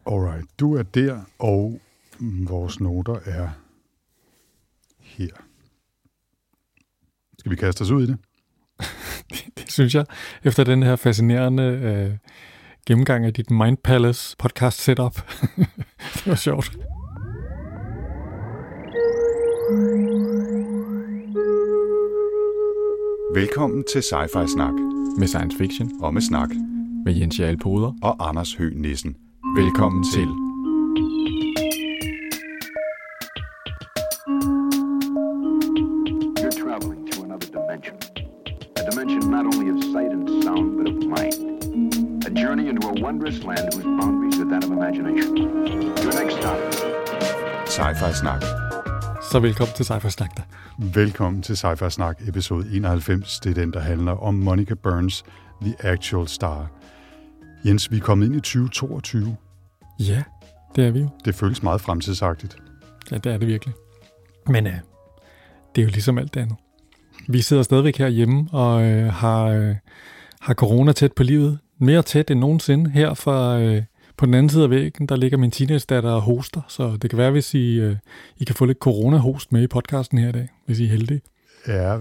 Alright, du er der, og vores noter er her. Skal vi kaste os ud i det? Det synes jeg, efter den her fascinerende gennemgang af dit Mind Palace podcast setup. Det var sjovt. Velkommen til Sci-Fi Snak. Med science fiction. Og med snak. Med Jens Jarl Poder. Og Anders Høgh Nissen. Velkommen til. You're traveling to another dimension. A dimension not only of sight and sound, but of mind. A journey into a wondrous land whose boundaries are that of imagination. Your next stop. Sci-Fi Snak. Så velkommen til Sci-Fi Snak. Velkommen til Sci-Fi Snak, episode 91. Det er den, der handler om Monica Burns, The Actual Star. Jens, vi er kommet ind i 2022. Ja, det er vi jo. Det føles meget fremtidsagtigt. Ja, det er det virkelig. Men det er jo ligesom alt det andet. Vi sidder stadigvæk herhjemme og har corona tæt på livet. Mere tæt end nogensinde. Her på den anden side af væggen, der ligger min teenage-datter og hoster. Så det kan være, hvis I kan få lidt corona-host med i podcasten her i dag, hvis I er heldige. Ja,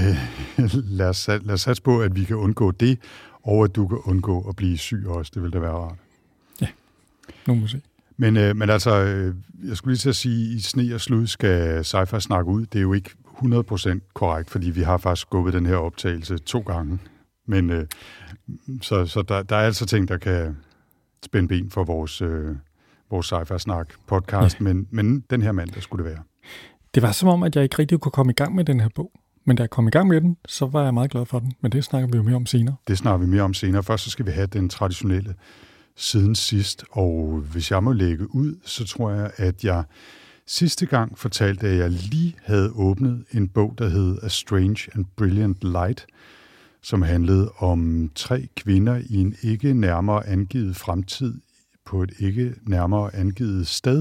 lad os satse på, at vi kan undgå det, og at du kan undgå at blive syg også. Det vil da være rart. Ja, nu må vi se. Men altså, jeg skulle lige til at sige, i sne og slud skal Sci-Fi snakke ud. Det er jo ikke 100% korrekt, fordi vi har faktisk skubbet den her optagelse 2 gange. Men så der er altså ting, der kan spænde ben for vores Sci-Fi snak podcast, ja. Men den her mandag skulle det være. Det var som om, at jeg ikke rigtig kunne komme i gang med den her bog. Men da jeg kom i gang med den, så var jeg meget glad for den. Men det snakker vi jo mere om senere. Det snakker vi mere om senere. Først så skal vi have den traditionelle siden sidst. Og hvis jeg må lægge ud, så tror jeg, at jeg sidste gang fortalte, at jeg lige havde åbnet en bog, der hed A Strange and Brilliant Light, som handlede om 3 kvinder i en ikke nærmere angivet fremtid på et ikke nærmere angivet sted,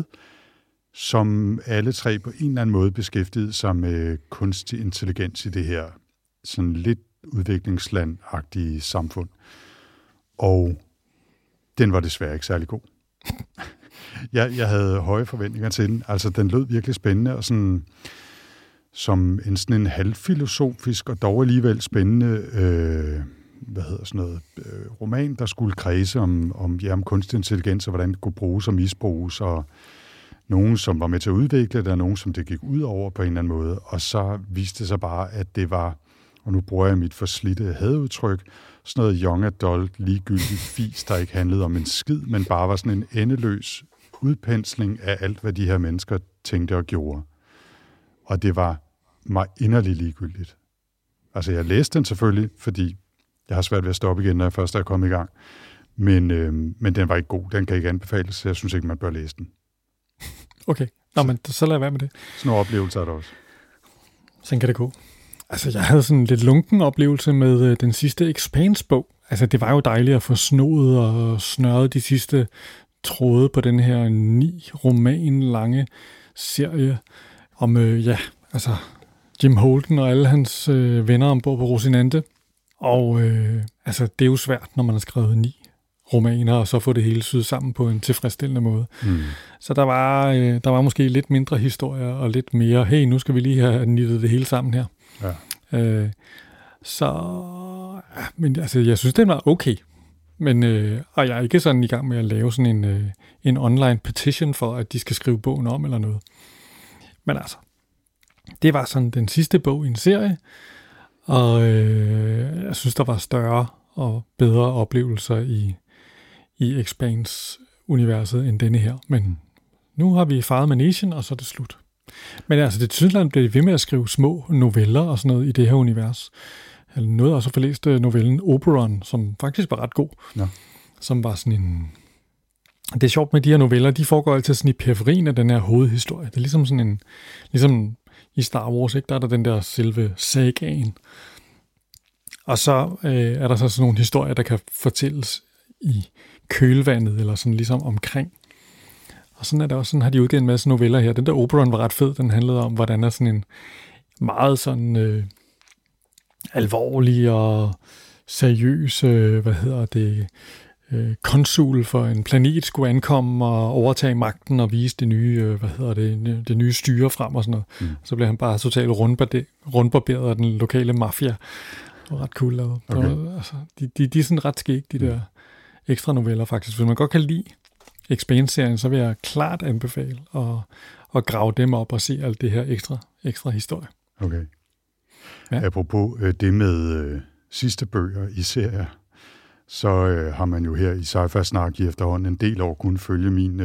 som alle 3 på en eller anden måde beskæftigede sig med kunstig intelligens i det her sådan lidt udviklingslandagtige samfund. Og den var desværre ikke særlig god. Jeg havde høje forventninger til den. Altså, den lød virkelig spændende, og sådan som sådan en halvfilosofisk og dog alligevel spændende roman, der skulle kredse om kunstig intelligens, og hvordan det kunne bruges og misbruges, og nogen, som var med til at udvikle det, og nogen, som det gik ud over på en eller anden måde. Og så viste det sig bare, at det var, og nu bruger jeg mit forslidte hadudtryk, sådan noget young adult, ligegyldigt fis, der ikke handlede om en skid, men bare var sådan en endeløs udpensling af alt, hvad de her mennesker tænkte og gjorde. Og det var mig inderligt ligegyldigt. Altså, jeg læste den selvfølgelig, fordi jeg har svært ved at stoppe igen, når jeg først er kommet i gang. Men den var ikke god. Den kan ikke anbefales, så jeg synes ikke, man bør læse den. Okay, men så lad være med det. Sådan nogle oplevelser er der også. Sådan kan det gå. Altså, jeg havde sådan en lidt lunken oplevelse med den sidste Expanse-bog. Altså, det var jo dejligt at få snoet og snørret de sidste tråde på den her 9 roman lange serie om, Jim Holden og alle hans venner ombord på Rosinante. Og det er jo svært, når man har skrevet 9 romaner, og så få det hele syet sammen på en tilfredsstillende måde. Mm. Så der var måske lidt mindre historier, og lidt mere, hey, nu skal vi lige have nittet det hele sammen her. Ja. Men altså, jeg synes, den var okay. Men, og jeg er ikke sådan i gang med at lave sådan en online petition for, at de skal skrive bogen om eller noget. Men altså, det var sådan den sidste bog i en serie, og jeg synes, der var større og bedre oplevelser i Expanse-universet end denne her. Men nu har vi faret manesien, og så er det slut. Men altså, det Tyskland blev ved med at skrive små noveller og sådan noget i det her univers. Jeg nåede også at få læst novellen Oberon, som faktisk var ret god. Ja. Som var sådan en... Det er sjovt med de her noveller, de foregår altid sådan i periferien af den her hovedhistorie. Det er ligesom sådan en... Ligesom i Star Wars, ikke? Der er der den der selve sagaen. Og så er der så sådan nogle historier, der kan fortælles i kølvandet, eller sådan ligesom omkring. Og sådan er det også, sådan har de udgivet en masse noveller her. Den der Oberon var ret fed, den handlede om, hvordan er sådan en meget sådan alvorlig og seriøs, konsul for en planet skulle ankomme og overtage magten og vise det nye, det nye styre frem og sådan noget. Så blev han bare totalt rundbarberet af den lokale mafia. Det var ret cool lavet. Okay. Altså, de er sådan ret skæg, de der ekstra noveller faktisk. Hvis man godt kan lide Expanse-serien, så vil jeg klart anbefale at grave dem op og se alt det her ekstra historie. Okay. Ja. Apropos det med sidste bøger i serier, så har man jo her i Sci-Fi Snak i efterhånden en del år kunne følge min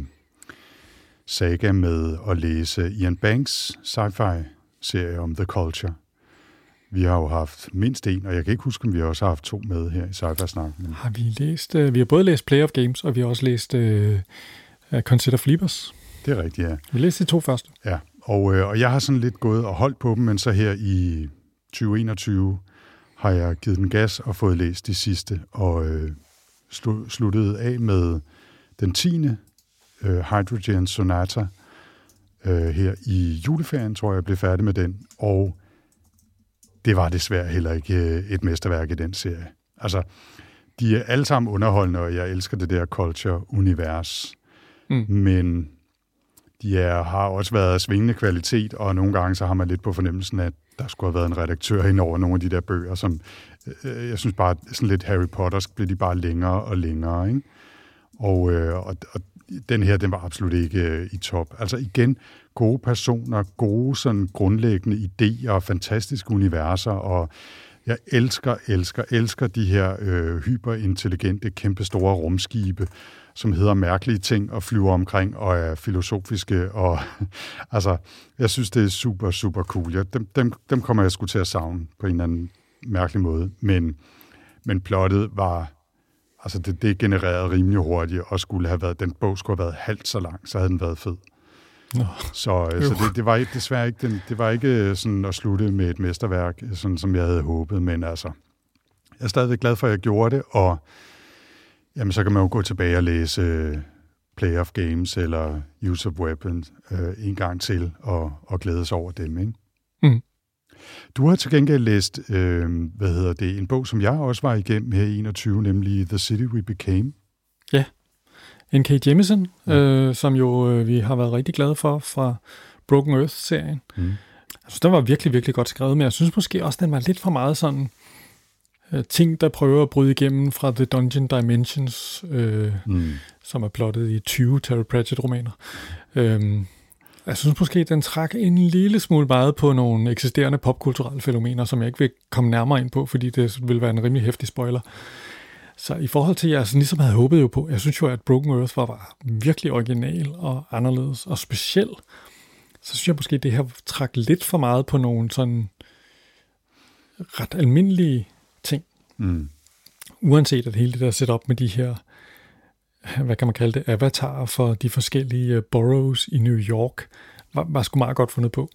saga med at læse Ian Banks sci-fi-serie om The Culture. Vi har jo haft mindst en, og jeg kan ikke huske, om vi også har haft 2 med her i Sci-Fi Snak. Men... Har vi læst? Vi har både læst Play of Games, og vi har også læst Consider Flippers. Det er rigtigt, ja. Vi læste de 2 første. Ja, og jeg har sådan lidt gået og holdt på dem, men så her i 2021 har jeg givet den gas og fået læst de sidste, og sluttede af med den 10. Hydrogen Sonata her i juleferien, tror jeg blev færdig med den, og det var desværre heller ikke et mesterværk i den serie. Altså, de er alle sammen underholdende, og jeg elsker det der culture-univers, men de har også været svingende kvalitet, og nogle gange så har man lidt på fornemmelsen, at der skulle have været en redaktør ind over nogle af de der bøger, som jeg synes bare, sådan lidt Harry Pottersk, blev de bare længere og længere, ikke? Og den her, den var absolut ikke i top. Altså igen, gode personer, gode sådan grundlæggende idéer og fantastiske universer, og jeg elsker de her hyperintelligente, kæmpestore rumskibe, som hedder mærkelige ting og flyver omkring og er filosofiske. Og altså, jeg synes, det er super, super cool. Dem kommer jeg sgu til at savne på en eller anden mærkelig måde. Men plottet var... Altså, det genererede rimelig hurtigt, og den bog skulle have været halvt så lang, så havde den været fed. Så det var desværre ikke, det var ikke sådan at slutte med et mesterværk, sådan som jeg havde håbet, men altså, jeg er stadigvæk glad for, at jeg gjorde det, og jamen, så kan man jo gå tilbage og læse Play of Games eller Use of Weapons en gang til, og glæde sig over dem, ikke? Mm. Du har til gengæld læst, en bog, som jeg også var igennem her i 21, nemlig The City We Became. Ja, N.K. Jemisin, som jo vi har været rigtig glade for fra Broken Earth-serien. Altså, den var virkelig, virkelig godt skrevet, men jeg synes måske også, den var lidt for meget sådan ting, der prøver at bryde igennem fra The Dungeon Dimensions, som er plottet i 20 Terry Pratchett-romaner. Jeg synes måske, den trak en lille smule meget på nogle eksisterende popkulturelle fænomener, som jeg ikke vil komme nærmere ind på, fordi det vil være en rimelig heftig spoiler. Så i forhold til, jeg ligesom havde håbet jo på, jeg synes jo, at Broken Earth var virkelig original og anderledes og speciel. Så synes jeg måske, det her trak lidt for meget på nogle sådan ret almindelige ting. Uanset at hele det der setup med de her, hvad kan man kalde det, avatarer for de forskellige boroughs i New York, var sgu meget godt fundet på.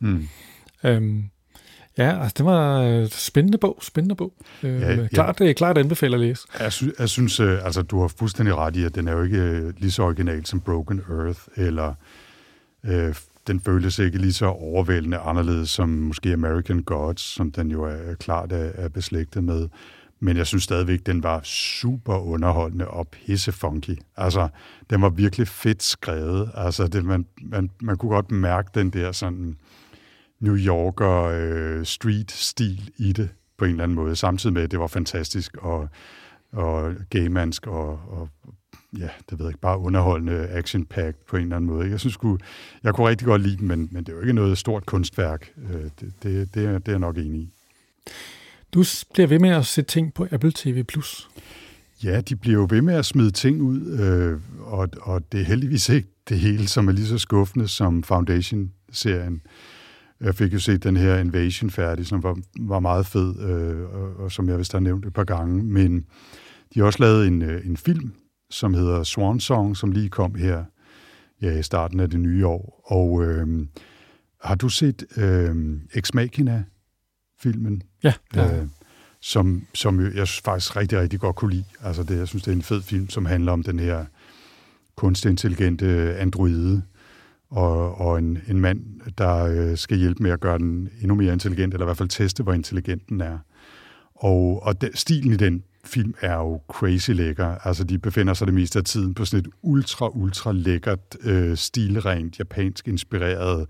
Ja, altså det var spændende bog. Klart anbefaler at læse. Jeg synes, altså du har fuldstændig ret i, at den er jo ikke lige så original som Broken Earth, eller den føles ikke lige så overvældende anderledes som måske American Gods, som den jo er klart er beslægtet med. Men jeg synes stadigvæk, den var super underholdende og pissefunky. Altså, den var virkelig fedt skrevet. Altså, man kunne godt mærke den der sådan New Yorker street-stil i det på en eller anden måde. Samtidig med, at det var fantastisk og gaymansk og ja, det ved jeg ikke, bare underholdende action-packed på en eller anden måde. Jeg kunne rigtig godt lide den, men det er jo ikke noget stort kunstværk. Det er jeg nok enig i. Du bliver ved med at sætte ting på Apple TV+. Ja, de bliver jo ved med at smide ting ud, og det er heldigvis ikke det hele, som er lige så skuffende som Foundation-serien. Jeg fik jo set den her Invasion færdig, som var meget fed, og som jeg vist har nævnt et par gange. Men de har også lavet en film, som hedder Swan Song, som lige kom her i starten af det nye år. Og har du set Ex Machina-filmen? Ja. Som jeg faktisk rigtig, rigtig godt kunne lide. Altså jeg synes, det er en fed film, som handler om den her kunstig intelligente androide, og en mand, der skal hjælpe med at gøre den endnu mere intelligent, eller i hvert fald teste, hvor intelligent den er. Og stilen i den film er jo crazy lækker. Altså, de befinder sig det meste af tiden på sådan et ultra lækkert, stilrent, japansk inspireret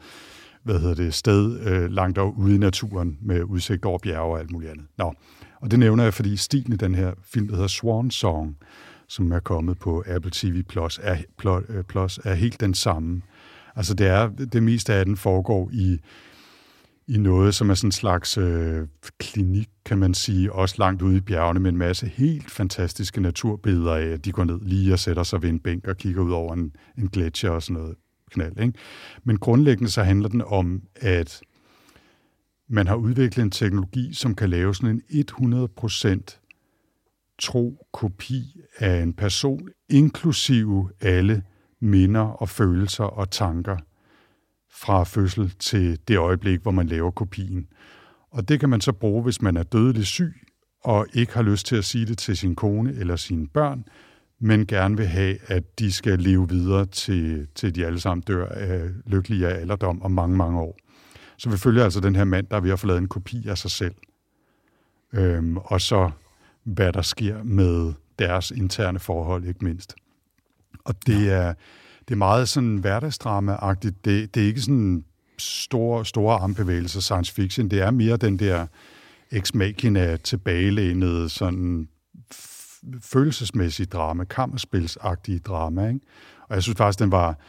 sted langt ude i naturen med udsigt over bjerge og alt muligt andet. Nå, og det nævner jeg, fordi stilen i den her film, der hedder Swan Song, som er kommet på Apple TV Plus, er helt den samme. Altså, det meste af den foregår i noget, som er sådan en slags klinik, kan man sige, også langt ude i bjergene med en masse helt fantastiske naturbilleder af, at de går ned lige og sætter sig ved en bænk og kigger ud over en gletsjer og sådan noget knald, ikke? Men grundlæggende så handler den om, at man har udviklet en teknologi, som kan lave sådan en 100% tro kopi af en person, inklusive alle minder og følelser og tanker fra fødsel til det øjeblik, hvor man laver kopien. Og det kan man så bruge, hvis man er dødelig syg og ikke har lyst til at sige det til sin kone eller sine børn, men gerne vil have, at de skal leve videre til de alle sammen dør af lykkelig af alderdom om mange, mange år. Så vi følger altså den her mand, der er ved at få lavet en kopi af sig selv. Og så hvad der sker med deres interne forhold, ikke mindst. Og det er meget sådan hverdagsdrama-agtigt. Det er ikke sådan store armbevægelser, science fiction. Det er mere den der ex machina tilbagelænede sådan følelsesmæssige drama, kammerspilsagtige drama, ikke? Og jeg synes faktisk, den var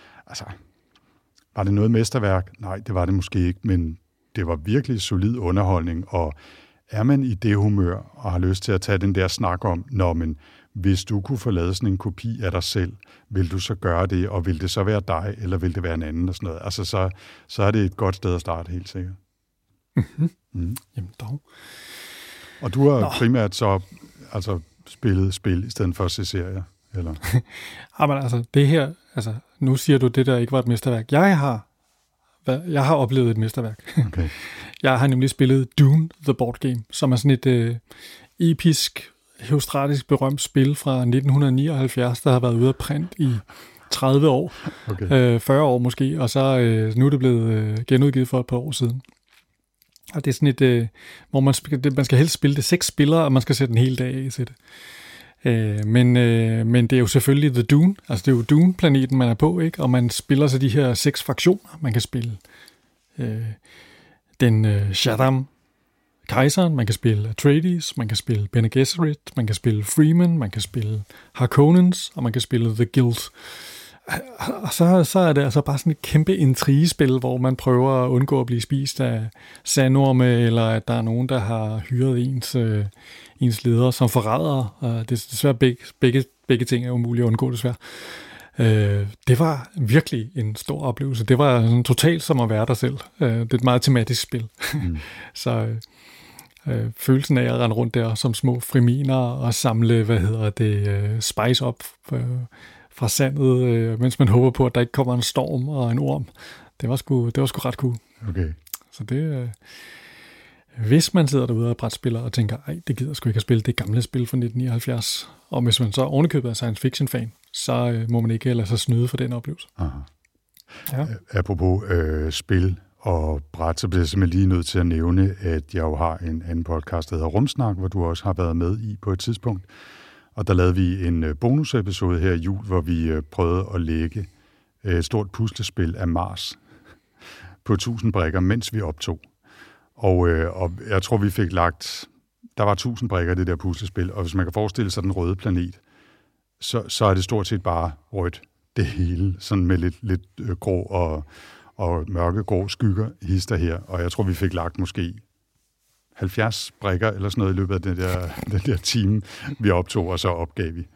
det noget mesterværk? Nej, det var det måske ikke, men det var virkelig solid underholdning, og er man i det humør og har lyst til at tage den der snak om, men hvis du kunne få lavet sådan en kopi af dig selv, vil du så gøre det, og vil det så være dig, eller vil det være en anden og sådan noget? Altså, så er det et godt sted at starte, helt sikkert. Mm-hmm. Mm. Jamen dog. Og du har primært så spillet spil i stedet for at se serier, eller? Jamen altså, det her, nu siger du, det der ikke var et mesterværk. Jeg har oplevet et mesterværk. Okay. Jeg har nemlig spillet Dune, The Board Game, som er sådan et episk, herostratisk berømt spil fra 1979, der har været ude af print i 30 år, okay. 40 år måske, og så nu er det blevet genudgivet for et par år siden. Og det er sådan et, hvor man skal helst spille det 6 spillere, og man skal sætte en hel dag af til det. Men det er jo selvfølgelig The Dune, altså det er jo Dune-planeten, man er på, ikke? Og man spiller så de her 6 fraktioner. Man kan spille den Shaddam, kejseren, man kan spille Atreides, man kan spille Bene Gesserit, man kan spille Freeman, man kan spille Harkonnens, og man kan spille The Guild. Og så er det altså bare sådan et kæmpe intrigespil, hvor man prøver at undgå at blive spist af sandorme, eller at der er nogen, der har hyret ens leder som forræder. Det er desværre begge ting er umuligt at undgå, desværre. Det var virkelig en stor oplevelse. Det var sådan totalt som at være der selv. Det er et meget tematisk spil. Mm. Så følelsen af at rende rundt der som små friminer og samle, spice op fra sandet, mens man håber på, at der ikke kommer en storm og en orm. Det var sgu ret cool. Okay. Så det, hvis man sidder derude og brætspiller og tænker, ej, det gider sgu ikke at spille det gamle spil fra 1979, og hvis man så ovenikøbet er science fiction fan, så må man ikke lade sig snyde for den oplevelse. Aha. Ja. Apropos spil og bræt, så bliver jeg simpelthen lige nødt til at nævne, at jeg jo har en anden podcast, der hedder Rumsnak, hvor du også har været med i på et tidspunkt. Og der lavede vi en bonusepisode her i jul, hvor vi prøvede at lægge et stort puslespil af Mars på 1000 brikker, mens vi optog. Og jeg tror, vi fik lagt... Der var 1000 brikker i det der puslespil, og hvis man kan forestille sig den røde planet, så er det stort set bare rødt, det hele, sådan med lidt grå og mørkegrå skygger hister her. Og jeg tror, vi fik lagt måske 70 brikker eller sådan noget i løbet af den der time, vi optog, og så opgav vi.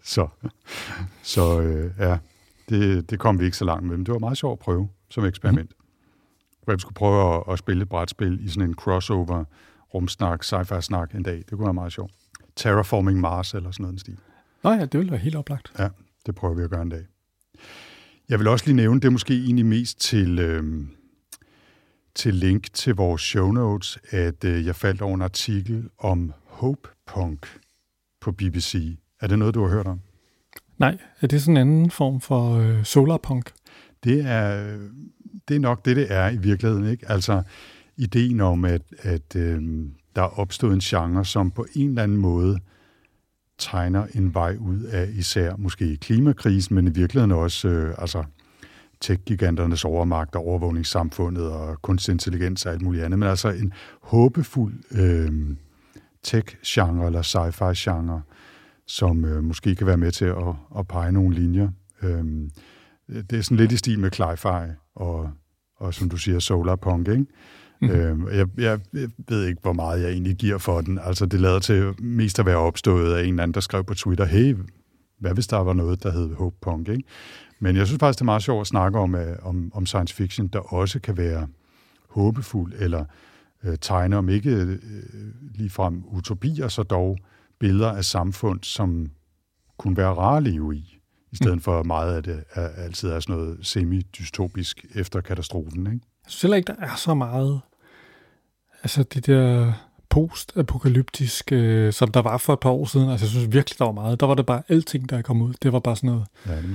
Så det kom vi ikke så langt med, men det var meget sjovt at prøve som eksperiment. Hvor vi skulle prøve at spille et brætspil i sådan en crossover rumsnak, sci-fi-snak en dag. Det kunne være meget sjovt. Terraforming Mars eller sådan noget en stil. Nå ja, det ville være helt oplagt. Ja, det prøver vi at gøre en dag. Jeg vil også lige nævne, det er måske egentlig mest til link til vores show notes, at jeg faldt over en artikel om Hope Punk på BBC. Er det noget, du har hørt om? Nej, er det sådan en anden form for solarpunk? Det er nok det er i virkeligheden, ikke? Altså ideen om, at der er opstået en genre, som på en eller anden måde tegner en vej ud af især måske klimakrisen, men i virkeligheden også tech-giganternes overmagt og overvågningssamfundet og kunstig intelligens og alt muligt andet. Men altså en håbefuld tech-genre eller sci-fi-genre, som måske kan være med til at pege nogle linjer. Det er sådan lidt i stil med Cli-Fi og som du siger, Solarpunk, ikke? Jeg ved ikke, hvor meget jeg egentlig giver for den. Altså, det lader til mest at være opstået af en eller anden, der skrev på Twitter, hey, hvad hvis der var noget, der hed Hope-Punk, ikke? Men jeg synes faktisk, det er meget sjovt at snakke om science fiction, der også kan være håbefuld, eller tegne om ikke ligefrem utopier, så dog billeder af samfund, som kunne være rare at leve i stedet for meget af det altid er sådan noget semi-dystopisk efter katastrofen, ikke? Jeg synes heller ikke, der er så meget, altså det der post-apokalyptisk, som der var for et par år siden. Altså jeg synes virkelig, der var meget. Der var det bare alting, der kom ud. Det var bare sådan noget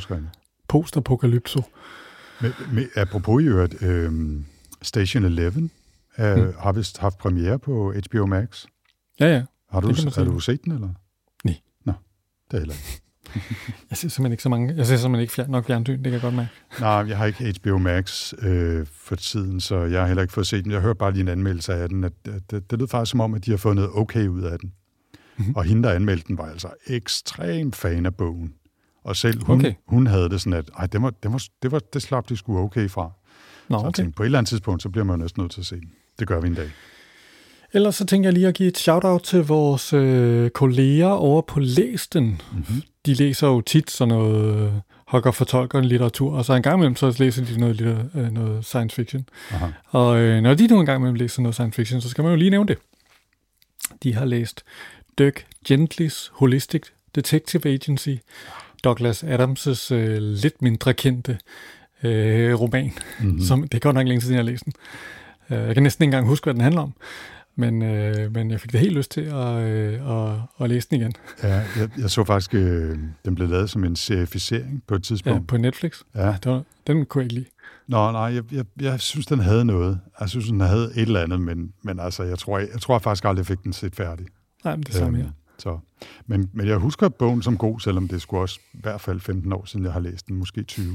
post-apokalypso. Apropos i øvrigt, Station 11 har vist haft premiere på HBO Max. Ja. Har du set den, eller? Nej. Nå, det er heller ikke. Jeg ser simpelthen ikke så mange. Jeg ser simpelthen ikke nok fjernsyn, det kan jeg godt mærke. Nej, jeg har ikke HBO Max for tiden, så jeg har heller ikke fået set den. Jeg hørte bare lige en anmeldelse af den, at det lød faktisk som om, at de har fået noget okay ud af den. Mm-hmm. Og hende, der anmeldte den, var altså ekstrem fan af bogen. Og selv hun havde det sådan, at det slap de sgu okay fra. Nå, så jeg tænkte, på et eller andet tidspunkt, så bliver man jo næsten nødt til at se den. Det gør vi en dag. Ellers så tænker jeg lige at give et shout-out til vores kolleger over på Læsten. Mm-hmm. De læser jo tit sådan noget Hogger-fortolker litteratur, og så en gang imellem så læser de noget science fiction. Aha. Og når de nu en gang imellem læser noget science fiction, så skal man jo lige nævne det. De har læst Dirk Gentlys Holistic Detective Agency, Douglas Adams' lidt mindre kendte roman, som det er godt nok længe siden, jeg har læst den. Jeg kan næsten ikke engang huske, hvad den handler om. Men jeg fik det helt lyst til at læse den igen. Ja, jeg så faktisk, den blev lavet som en serificering på et tidspunkt. Ja, på Netflix. Ja. Den kunne jeg ikke lide. Nej, jeg synes, den havde noget. Jeg synes, den havde et eller andet, men altså, jeg tror faktisk aldrig, jeg fik den set færdig. Nej, men det samme her. Så. Men jeg husker bogen som god, selvom det skulle også i hvert fald 15 år siden, jeg har læst den, måske 20.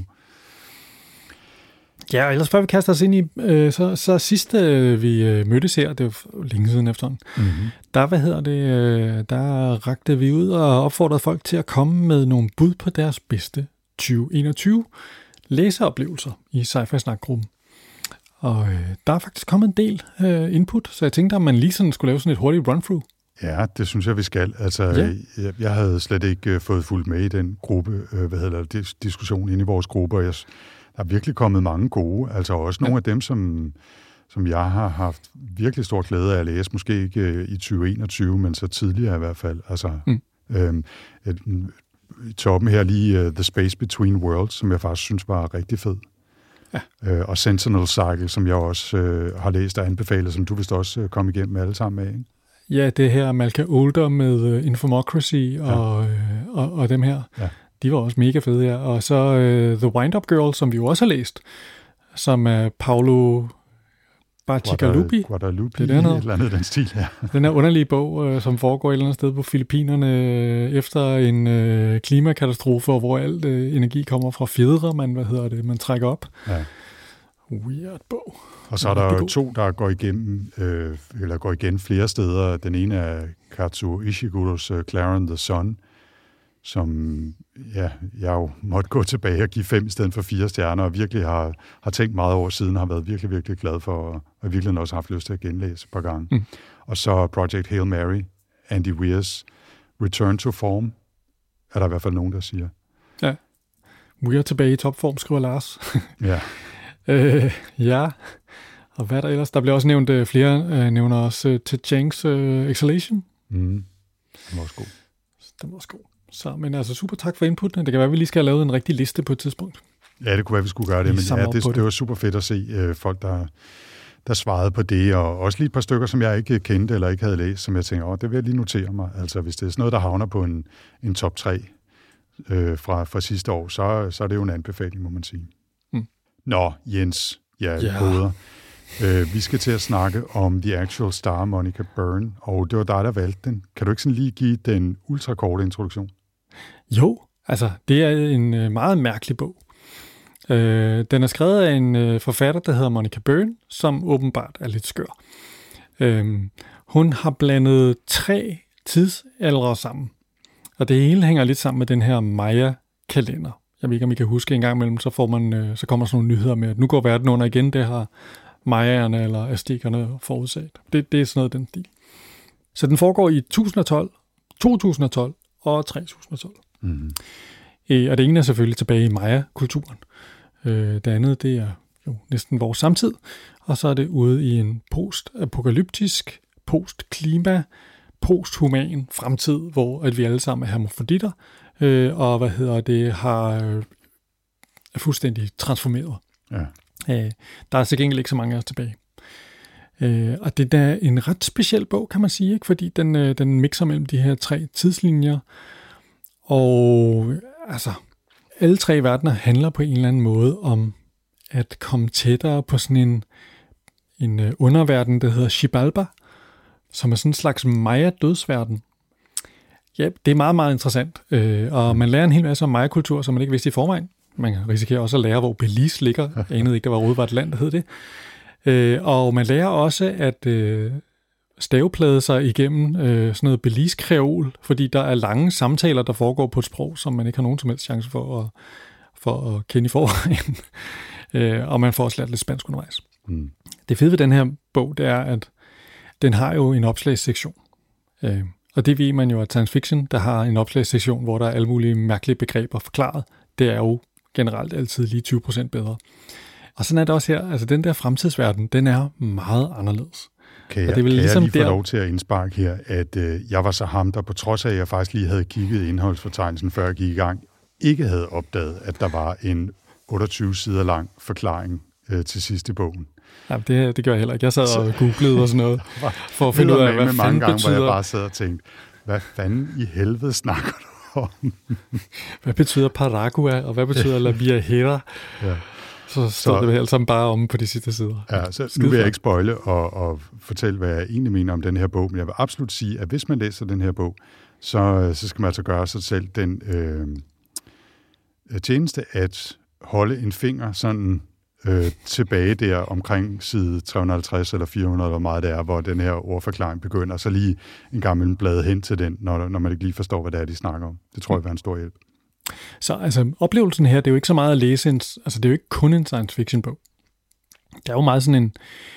Ja, og ellers før vi kaster os ind i, så sidst vi mødtes her, det var længe siden efterhånden, der rakte vi ud og opfordrede folk til at komme med nogle bud på deres bedste 2021 læseoplevelser i Sci-Fi Snak-gruppen. Og der er faktisk kommet en del input, så jeg tænkte, at man lige sådan skulle lave sådan et hurtigt run-through. Ja, det synes jeg, vi skal. Altså, jeg havde slet ikke fået fulgt med i den gruppe, diskussion inde i vores gruppe, og der er virkelig kommet mange gode, altså også nogle af dem, som jeg har haft virkelig stor glæde af at læse, måske ikke i 2021, men så tidligere i hvert fald. Altså, i toppen her lige The Space Between Worlds, som jeg faktisk synes var rigtig fed. Ja. Og Sentinel Cycle, som jeg også har læst og anbefalet, som du vist også kom igennem med alle sammen med, ikke? Ja, det her Malka Older med Infomocracy og dem her. Ja. De var også mega fede her. Og så The Wind-Up Girl, som vi jo også har læst, som er Paolo Bacigalupi. Guadalupe, det er et eller andet den stil, ja. Den her underlige bog, som foregår et eller andet sted på Filippinerne efter en klimakatastrofe, hvor alt energi kommer fra fjedre, man trækker op. Ja. Weird bog. Og så er der jo to, der går igen flere steder. Den ene er Kazuo Ishiguros Claren the Sun, som jeg jo måtte gå tilbage og give 5 i stedet for 4 stjerner, og virkelig har tænkt meget over siden, har været virkelig, virkelig glad for, og virkelig også haft lyst til at genlæse et par gange. Og så Project Hail Mary, Andy Weirs Return to Form, er der i hvert fald nogen, der siger. Ja, Weir tilbage i topform, skriver Lars. Ja. Ja, og hvad er der ellers? Der bliver også nævnt flere, nævner også Ted Chiang's Exhalation. Den var også god. Den var også god. Så, men altså super tak for inputene. Det kan være, at vi lige skal have lavet en rigtig liste på et tidspunkt. Ja, det kunne være, vi skulle gøre det. Men ja, det var super fedt at se folk, der svarede på det. Og også lige et par stykker, som jeg ikke kendte eller ikke havde læst, som jeg tænkte, det vil jeg lige notere mig. Altså, hvis det er sådan noget, der havner på en top 3 fra sidste år, så er det jo en anbefaling, må man sige. Nå, Jens, koder. Vi skal til at snakke om The Actual Star, Monica Byrne, og det var dig, der valgte den. Kan du ikke sådan lige give den ultrakorte introduktion? Jo, altså det er en meget mærkelig bog. Den er skrevet af en forfatter, der hedder Monica Byrne, som åbenbart er lidt skør. Hun har blandet 3 tidsaldre sammen, og det hele hænger lidt sammen med den her Maya-kalender. Jeg ved ikke, om I kan huske en gang imellem, så kommer der sådan nogle nyheder med, at nu går verden under igen, det har Mayaerne eller aztekerne forudsat. Det er sådan noget den stil. Så den foregår i 1012, 2012 og 3012. Mm-hmm. Og det ene er selvfølgelig tilbage i Maya-kulturen. Det andet, det er jo næsten vores samtid. Og så er det ude i en post-apokalyptisk, post-klima, post-human fremtid, hvor at vi alle sammen er hermafroditter, og er fuldstændig transformeret. Ja. Der er til gengæld ikke så mange af os tilbage. Og det er en ret speciel bog, kan man sige, ikke? Fordi den mixer mellem de her 3 tidslinjer, og altså, alle 3 verdener handler på en eller anden måde om at komme tættere på sådan en underverden, der hedder Xibalba, som er sådan en slags Maya-dødsverden. Ja, det er meget, meget interessant, og man lærer en hel masse om Maya-kultur, som man ikke vidste i forvejen. Man risikerer også at lære, hvor Belize ligger. Jeg anede ikke, der var overhovedet var et land, der hed det. Og man lærer også at staveplade sig igennem sådan noget Belize-kreol, fordi der er lange samtaler, der foregår på et sprog, som man ikke har nogen som helst chance for at kende i forvejen. Og man får også lært lidt spansk undervejs. Mm. Det fede ved den her bog, det er, at den har jo en opslagssektion. Og det ved man jo, at science fiction, der har en opslagssektion, hvor der er alle mulige mærkelige begreber forklaret, det er jo generelt altid lige 20% bedre. Og sådan er det også her. Altså den der fremtidsverden, den er meget anderledes. Kan jeg lige få lov til at indsparke her, at jeg var så ham, der på trods af, at jeg faktisk lige havde kigget indholdsfortegnelsen, før jeg gik i gang, ikke havde opdaget, at der var en 28 sider lang forklaring til sidst i bogen. Ja, det gør jeg heller ikke. Jeg sad og googlede og sådan noget, for at finde ud af, hvad fanden betyder. Hvor jeg bare sad og tænkte, hvad fanden i helvede snakker du om? Hvad betyder Paragua, og hvad betyder La Viajera? Ja. Så stod det alle sammen bare om på de sidste sider. Ja, så nu vil jeg ikke spoile og fortælle, hvad jeg egentlig mener om den her bog, men jeg vil absolut sige, at hvis man læser den her bog, så skal man altså gøre sig selv den tjeneste at holde en finger sådan tilbage der omkring side 350 eller 400, eller hvor meget det er, hvor den her ordforklaring begynder, så lige en gammel blad hen til den, når man ikke lige forstår, hvad det er, de snakker om. Det tror jeg vil være en stor hjælp. Så altså, oplevelsen her, det er jo ikke så meget at læse, altså det er jo ikke kun en science fiction bog. Det er jo meget sådan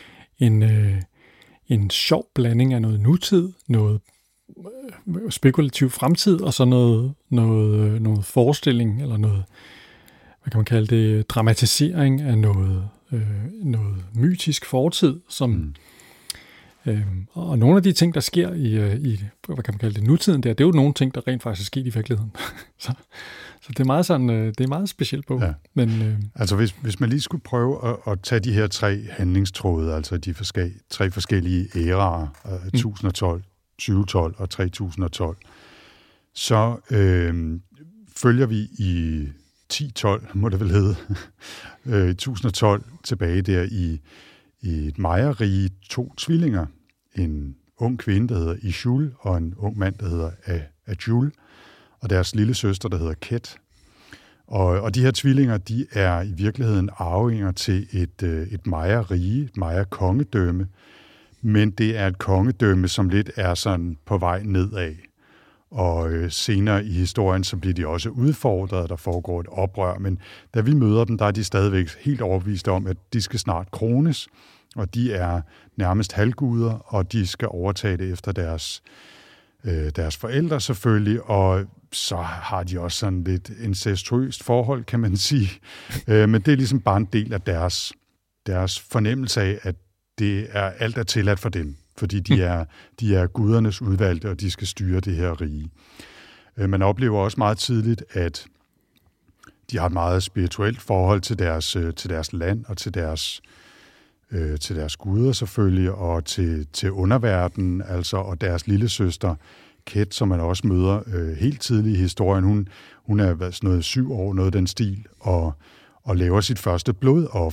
en sjov blanding af noget nutid, noget spekulativ fremtid, og så noget forestilling, eller noget, hvad kan man kalde det, dramatisering af noget mytisk fortid, som og nogle af de ting, der sker i hvad kan man kalde det, nutiden der, det er jo nogle ting, der rent faktisk er sket i virkeligheden. så det er meget sådan, det er meget specielt på. Ja. Men altså hvis man lige skulle prøve at tage de her 3 handlingstråde, altså de 3 forskellige æraer, 1012, 2012 og 3012, så følger vi i 1012, må det vel hedde, 1012 tilbage der i et Maya-rige 2 tvillinger. En ung kvinde, der hedder Ishul, og en ung mand, der hedder Ajul, og deres lille søster, der hedder Ket. Og de her tvillinger, de er i virkeligheden arvinger til et Maya-rige, et Maya-kongedømme, men det er et kongedømme, som lidt er sådan på vej nedad. Og senere i historien, så bliver de også udfordret, der foregår et oprør, men da vi møder dem, der er de stadigvæk helt overbeviste om, at de skal snart krones, og de er nærmest halvguder, og de skal overtage det efter deres forældre selvfølgelig, og så har de også sådan lidt incestuøst forhold, kan man sige. Men det er ligesom bare en del af deres fornemmelse af, at det er alt er tilladt for dem, fordi de er gudernes udvalgte, og de skal styre det her rige. Man oplever også meget tidligt, at de har et meget spirituelt forhold til deres land og til deres guder selvfølgelig, og til underverdenen, altså, og deres lille søster Ket, som man også møder helt tidligt i historien. Hun er sådan noget 7 år, noget af den stil, og laver sit første blodoffer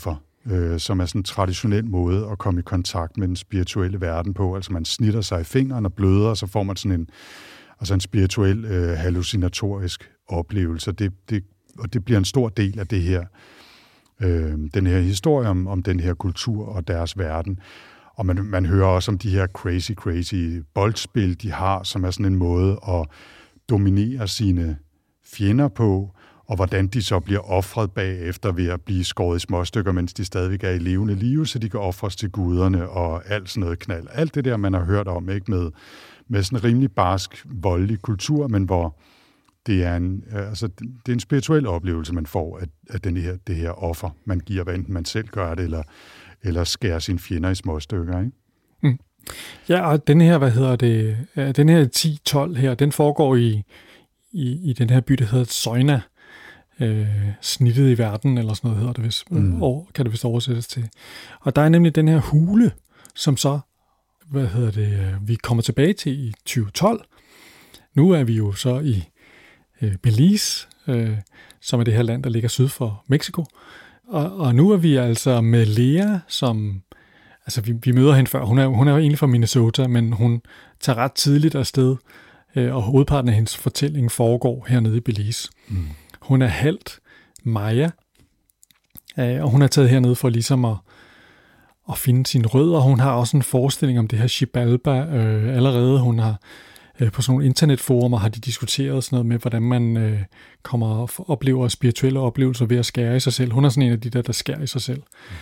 som er sådan en traditionel måde at komme i kontakt med den spirituelle verden på. Altså man snitter sig i fingeren og bløder, og så får man sådan en spirituel hallucinatorisk oplevelse. Og det bliver en stor del af det her, den her historie om den her kultur og deres verden. Og man hører også om de her crazy boldspil, de har, som er sådan en måde at dominere sine fjender på, og hvordan de så bliver ofret bagefter ved at blive skåret i småstykker, mens de stadigvæk er i levende live, så de kan ofres til guderne og alt sådan noget knald. Alt det der, man har hørt om, ikke med sådan en rimelig barsk, voldelig kultur, men hvor det er en spirituel oplevelse, man får af det her offer, man giver, hvad enten man selv gør det, eller skærer sine fjender i små stykker, ikke? Mm. Ja, og den her, den her 10-12 her, den foregår i den her by, der hedder Zoyna, snittet i verden, eller sådan noget hedder det vist, kan det vist oversættes til. Og der er nemlig den her hule, som så, vi kommer tilbage til i 2012. Nu er vi jo så i Belize, som er det her land, der ligger syd for Mexico. Og nu er vi altså med Lea, som... Altså, vi møder hende før. Hun er jo egentlig fra Minnesota, men hun tager ret tidligt afsted, og hovedparten af hendes fortælling foregår hernede i Belize. Mm. Hun er halvt Maya, og hun er taget hernede for ligesom at finde sine rødder. Hun har også en forestilling om det her Xibalba allerede. Hun har på sådan nogle internetforumer har de diskuteret sådan noget med, hvordan man kommer og oplever spirituelle oplevelser ved at skære i sig selv. Hun er sådan en af de der skærer i sig selv.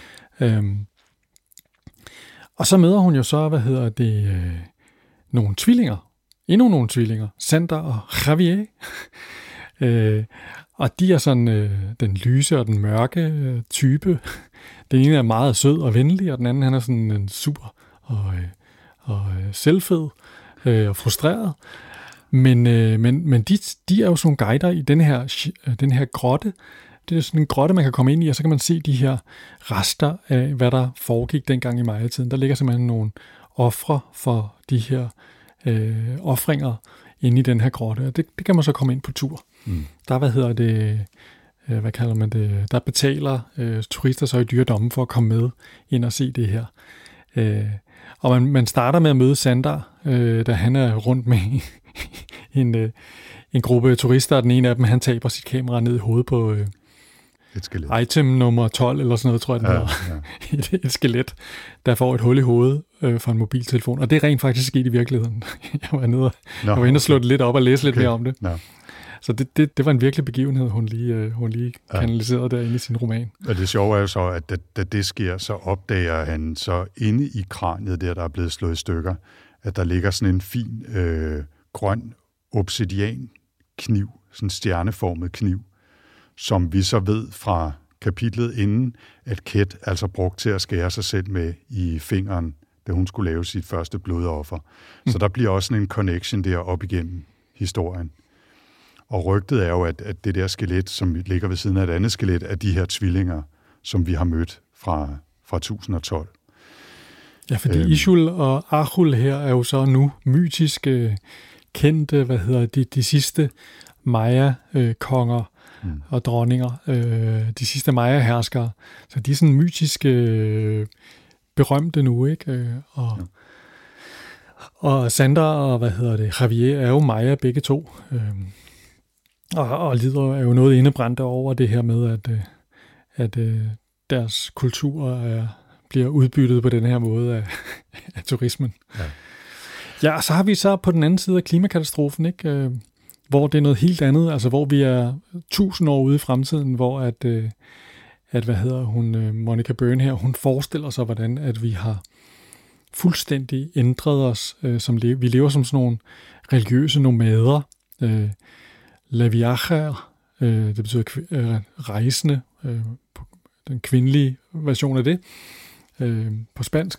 Og så møder hun jo så, nogle tvillinger. Endnu nogle tvillinger. Sander og Javier. Og de er sådan den lyse og den mørke type. Den ene er meget sød og venlig, og den anden han er sådan en sur og selvfed og frustreret. Men de er jo sådan guider i den her grotte. Det er sådan en grotte, man kan komme ind i, og så kan man se de her rester af, hvad der foregik dengang i Maya-tiden. Der ligger simpelthen nogle ofre for de her ofringer inde i den her grotte, og det kan man så komme ind på tur. Mm. Der, hvad kalder man det, der betaler turister så i dyredommen for at komme med ind og se det her. Og man starter med at møde Sander, da han er rundt med en gruppe turister, og den ene af dem, han taber sit kamera ned i hovedet på item nummer 12, eller sådan noget, tror jeg, den hedder. Et skelet, der får et hul i hovedet fra en mobiltelefon. Og det er rent faktisk sket i virkeligheden. Jeg var inde og slå det lidt op og læse lidt mere om det. No. Så det var en virkelig begivenhed, hun lige kanaliserede derinde i sin roman. Og det sjove er jo så, at da det sker, så opdager han så inde i kraniet, der er blevet slået i stykker, at der ligger sådan en fin grøn obsidian-kniv, sådan en stjerneformet kniv, som vi så ved fra kapitlet inden, at Ket altså brugte til at skære sig selv med i fingeren, da hun skulle lave sit første blodoffer. Så der bliver også sådan en connection der op igennem historien. Og rygtet er jo, at det der skelet, som ligger ved siden af et andet skelet, er de her tvillinger, som vi har mødt fra 1012. Ja, fordi Ishul og Ahul her er jo så nu mytiske, kendte, de sidste Maya-konger og dronninger, de sidste Maya-herskere. Så de er sådan mytiske, berømte nu, ikke? Og Sander og, Javier er jo Maya begge to. Og lider er jo noget indebrændt over det her med, at deres kultur bliver udbyttet på den her måde af turismen. Ja, så har vi så på den anden side af klimakatastrofen, ikke? Hvor det er noget helt andet, altså hvor vi er 1000 år ude i fremtiden, hvor Monica Byrne her, hun forestiller sig, hvordan at vi har fuldstændig ændret os, vi lever som sådan nogle religiøse nomader, laviacher, det betyder rejsende, den kvindelige version af det, på spansk,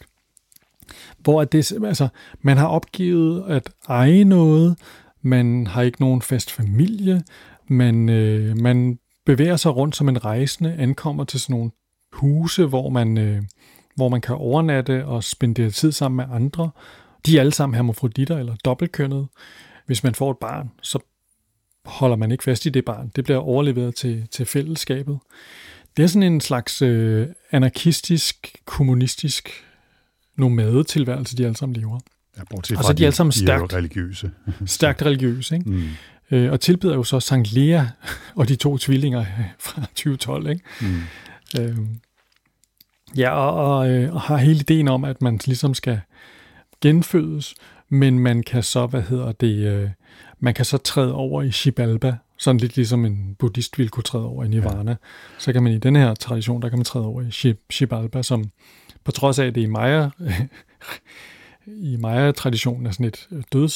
hvor man har opgivet at eje noget, man har ikke nogen fast familie, man bevæger sig rundt som en rejsende, ankommer til sådan nogle huse, hvor man kan overnatte og spendere tid sammen med andre. De er alle sammen hermafroditter eller dobbeltkønnede. Hvis man får et barn, så holder man ikke fast i det barn. Det bliver overleveret til fællesskabet. Det er sådan en slags anarkistisk, kommunistisk nomadetilværelse, de alle sammen lever. Ja, bortset fra, og så er de alle sammen stærkt religiøse. Stærkt religiøse, ikke? Og tilbyder jo så Sankt Lea og de 2 tvillinger fra 2012, ikke? Og har hele ideen om, at man ligesom skal genfødes, men man kan så, man kan så træde over i Xibalba, sådan lidt ligesom en buddhist ville kunne træde over i Nirvana. Ja. Så kan man i den her tradition, der kan man træde over i Xibalba, som på trods af, at det i Maya-traditionen er sådan et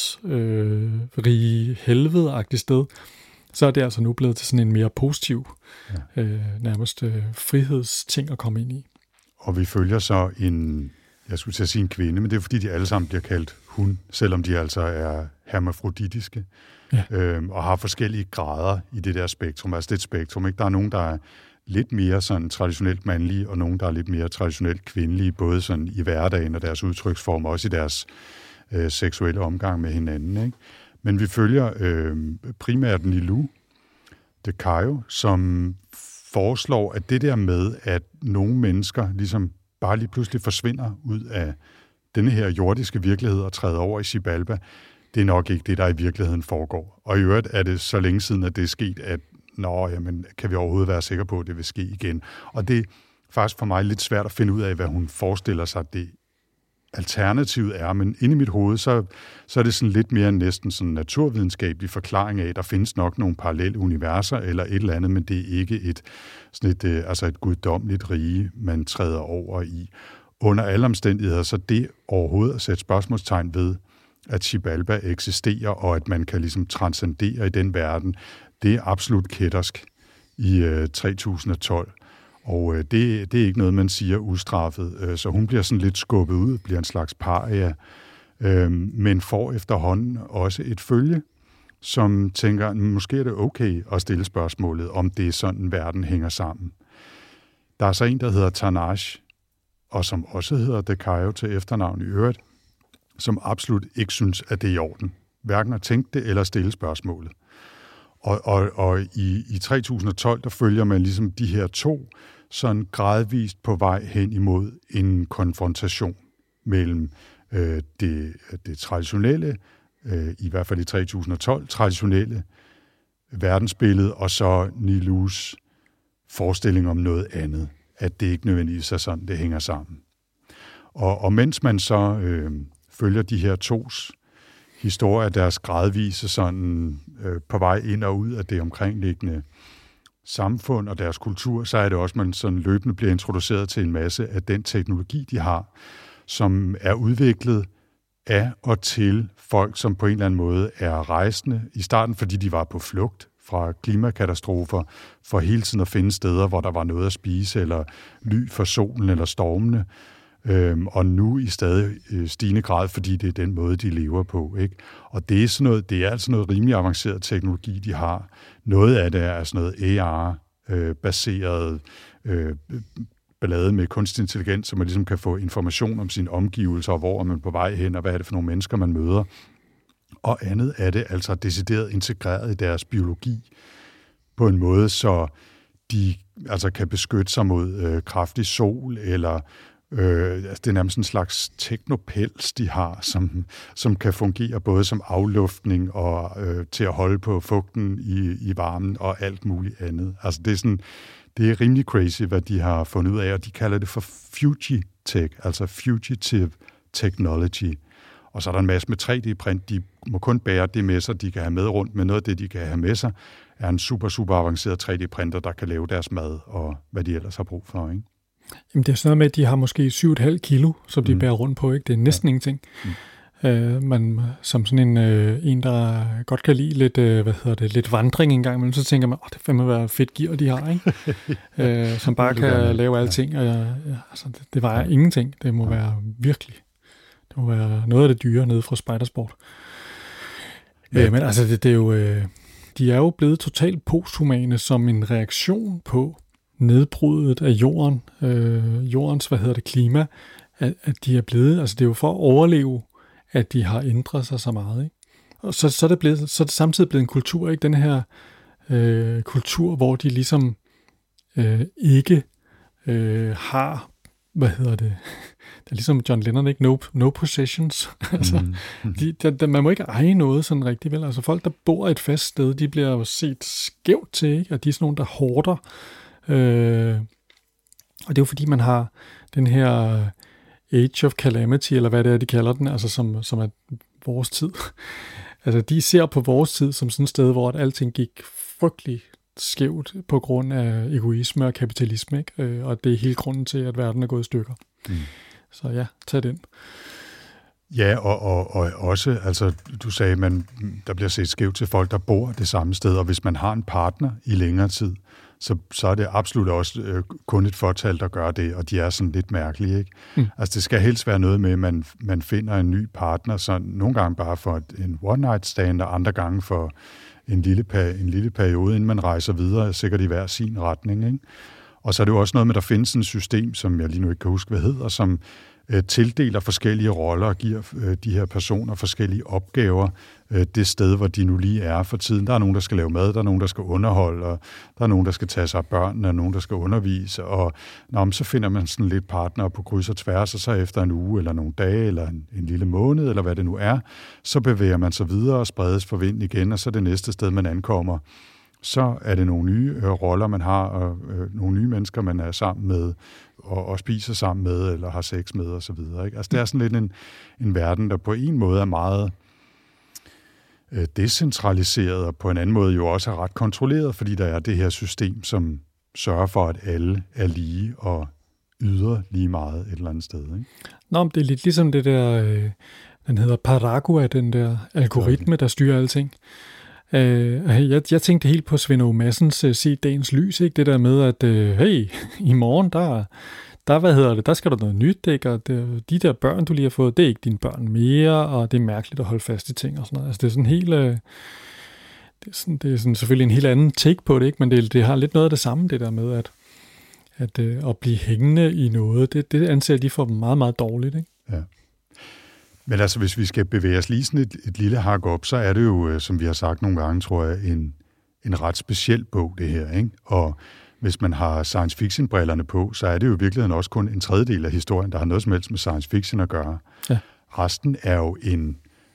dødsrige helvede-agtigt sted, så er det altså nu blevet til sådan en mere positiv, nærmest frihedsting at komme ind i. Og vi følger så jeg skulle til at sige en kvinde, men det er fordi, de alle sammen bliver kaldt hun, selvom de altså er hermafroditiske, og har forskellige grader i det der spektrum. Altså det er et spektrum, ikke? Der er nogen, der er lidt mere sådan traditionelt mandlige, og nogen, der er lidt mere traditionelt kvindelige, både sådan i hverdagen og deres udtryksform, og også i deres seksuelle omgang med hinanden, ikke? Men vi følger primært Nilou de Cayo, som foreslår, at det der med, at nogle mennesker ligesom bare lige pludselig forsvinder ud af denne her jordiske virkelighed og træder over i Xibalba, det er nok ikke det, der i virkeligheden foregår. Og i øvrigt er det så længe siden, at det er sket, at kan vi overhovedet være sikre på, at det vil ske igen? Og det er faktisk for mig lidt svært at finde ud af, hvad hun forestiller sig, det alternativet er. Men inde i mit hoved, så er det sådan lidt mere næsten sådan naturvidenskabelig forklaring af, at der findes nok nogle parallelle universer eller et eller andet, men det er ikke et guddommeligt rige, man træder over i. Under alle omstændigheder, så det overhovedet at sætte spørgsmålstegn ved, at Xibalba eksisterer, og at man kan ligesom transcendere i den verden, det er absolut kættersk i 3012. Og det er ikke noget, man siger ustraffet. Så hun bliver sådan lidt skubbet ud, bliver en slags paria, men får efterhånden også et følge, som tænker, måske er det okay at stille spørgsmålet, om det er sådan, verden hænger sammen. Der er så en, der hedder Tanash, og som også hedder de Cayo til efternavn i øvrigt, som absolut ikke synes, at det er i orden. Hverken at tænke det eller stille spørgsmålet. Og i 3012, der følger man ligesom de her 2 sådan gradvist på vej hen imod en konfrontation mellem det traditionelle, i hvert fald i 3012, traditionelle verdensbillede, og så Nilous forestilling om noget andet. At det ikke nødvendigvis er sådan, det hænger sammen. Og mens man så følger de her 2's historier, deres gradvise sådan på vej ind og ud af det omkringliggende samfund og deres kultur, så er det også, at man sådan løbende bliver introduceret til en masse af den teknologi, de har, som er udviklet af og til folk, som på en eller anden måde er rejsende i starten, fordi de var på flugt fra klimakatastrofer, for hele tiden at finde steder, hvor der var noget at spise, eller ly for solen eller stormene, og nu i stadig stigende grad, fordi det er den måde, de lever på, ikke? Og det er altså noget rimelig avanceret teknologi, de har. Noget af det er sådan noget AR-baseret ballade med kunstig intelligens, så man ligesom kan få information om sine omgivelser, og hvor er man på vej hen, og hvad er det for nogle mennesker, man møder. Og andet er det altså decideret integreret i deres biologi på en måde, så de altså kan beskytte sig mod kraftig sol, eller det er nærmest en slags teknopels, de har, som kan fungere både som afluftning og til at holde på fugten i varmen og alt muligt andet. Altså det er rimelig crazy, hvad de har fundet ud af, og de kalder det for Fugitech, altså Fugitive Technology. Og så er der en masse med 3D-print, de må kun bære det med sig, de kan have med rundt, men noget af det, de kan have med sig, er en super, super avanceret 3D-printer, der kan lave deres mad og hvad de ellers har brug for, ikke? Jamen det er sådan noget med, at de har måske 7,5 kilo, som de bærer rundt på, ikke? Det er næsten ingenting. Man, som sådan en, der godt kan lide lidt, lidt vandring en gang imellem, så tænker man, det fandme være fedt gear, de har, ikke? Som bare kan lave alting. Altså, det vejer ingenting. Det må være virkelig. Det må være noget af det dyre nede fra Spidersport. Men altså, det er jo, de er jo blevet totalt posthumane som en reaktion på nedbruddet af jordens, klima, at de er blevet, altså det er jo for at overleve, at de har ændret sig så meget, ikke? Og så er det samtidig blevet en kultur, ikke? Den her kultur, hvor de ligesom ikke har, det er ligesom John Lennon, ikke? No possessions. Altså, man må ikke eje noget sådan rigtigt, vel? Altså folk, der bor et fast sted, de bliver jo set skævt til, ikke? Og de er sådan nogle, der hoarder. Og det er jo fordi, man har den her Age of Calamity, eller hvad det er, de kalder den, altså som er vores tid. Altså de ser på vores tid som sådan et sted, hvor alting gik frygtelig skævt på grund af egoisme og kapitalisme, ikke? Og det er hele grunden til, at verden er gået i stykker. Så ja, tag den. Ja, og også, altså du sagde, der bliver set skævt til folk, der bor det samme sted, og hvis man har en partner i længere tid, så er det absolut også kun et fortal, der gør det, og de er sådan lidt mærkelige, ikke? Altså det skal helst være noget med, at man finder en ny partner, så nogle gange bare for en one night stand, og andre gange for en lille periode, inden man rejser videre, sikkert i hver sin retning, ikke? Og så er det jo også noget med, at der findes et system, som jeg lige nu ikke kan huske, hvad hedder, som tildeler forskellige roller og giver de her personer forskellige opgaver det sted, hvor de nu lige er for tiden. Der er nogen, der skal lave mad, der er nogen, der skal underholde, og der er nogen, der skal tage sig af børnene, og nogen, der skal undervise, og så finder man sådan lidt partner på kryds og tværs, og så efter en uge, eller nogle dage, eller en lille måned, eller hvad det nu er, så bevæger man sig videre og spredes for vinden igen, og så det næste sted, man ankommer, så er det nogle nye roller, man har, og nogle nye mennesker, man er sammen med, og spiser sammen med, eller har sex med, og så videre, ikke? Altså, det er sådan lidt en verden, der på en måde er meget decentraliseret, og på en anden måde jo også er ret kontrolleret, fordi der er det her system, som sørger for, at alle er lige, og yder lige meget et eller andet sted, ikke? Nå, men det er lidt ligesom det der, den hedder Paragua, den der algoritme, der styrer alting. Jeg tænkte helt på Svend Aage Madsens Se Dagens Lys, ikke? Det der med, at hey, i morgen, der skal der noget nyt, ikke? Og de der børn, du lige har fået, det er ikke dine børn mere, og det er mærkeligt at holde fast i ting og sådan noget. Altså det er sådan helt, det er sådan selvfølgelig en helt anden take på det, ikke? Men det har lidt noget af det samme, det der med, at blive hængende i noget, det anser de for meget, meget dårligt, ikke? Ja. Men altså, hvis vi skal bevæge os lige sådan et lille hak op, så er det jo, som vi har sagt nogle gange, tror jeg, en ret speciel bog, det her, ikke? Og hvis man har science fiction-brillerne på, så er det jo i virkeligheden også kun en tredjedel af historien, der har noget som helst med science fiction at gøre. Ja. Resten er jo en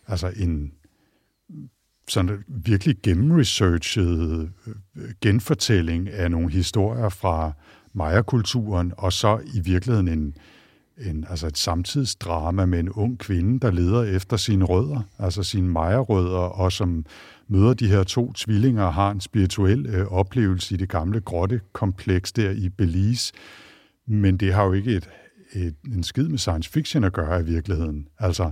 sådan virkelig gennemresearchet genfortælling af nogle historier fra Maya-kulturen, og så i virkeligheden et samtidsdrama med en ung kvinde, der leder efter sine rødder, altså sine Maya-rødder, og som møder de her to tvillinger og har en spirituel oplevelse i det gamle grottekompleks der i Belize. Men det har jo ikke en skid med science fiction at gøre i virkeligheden. Altså,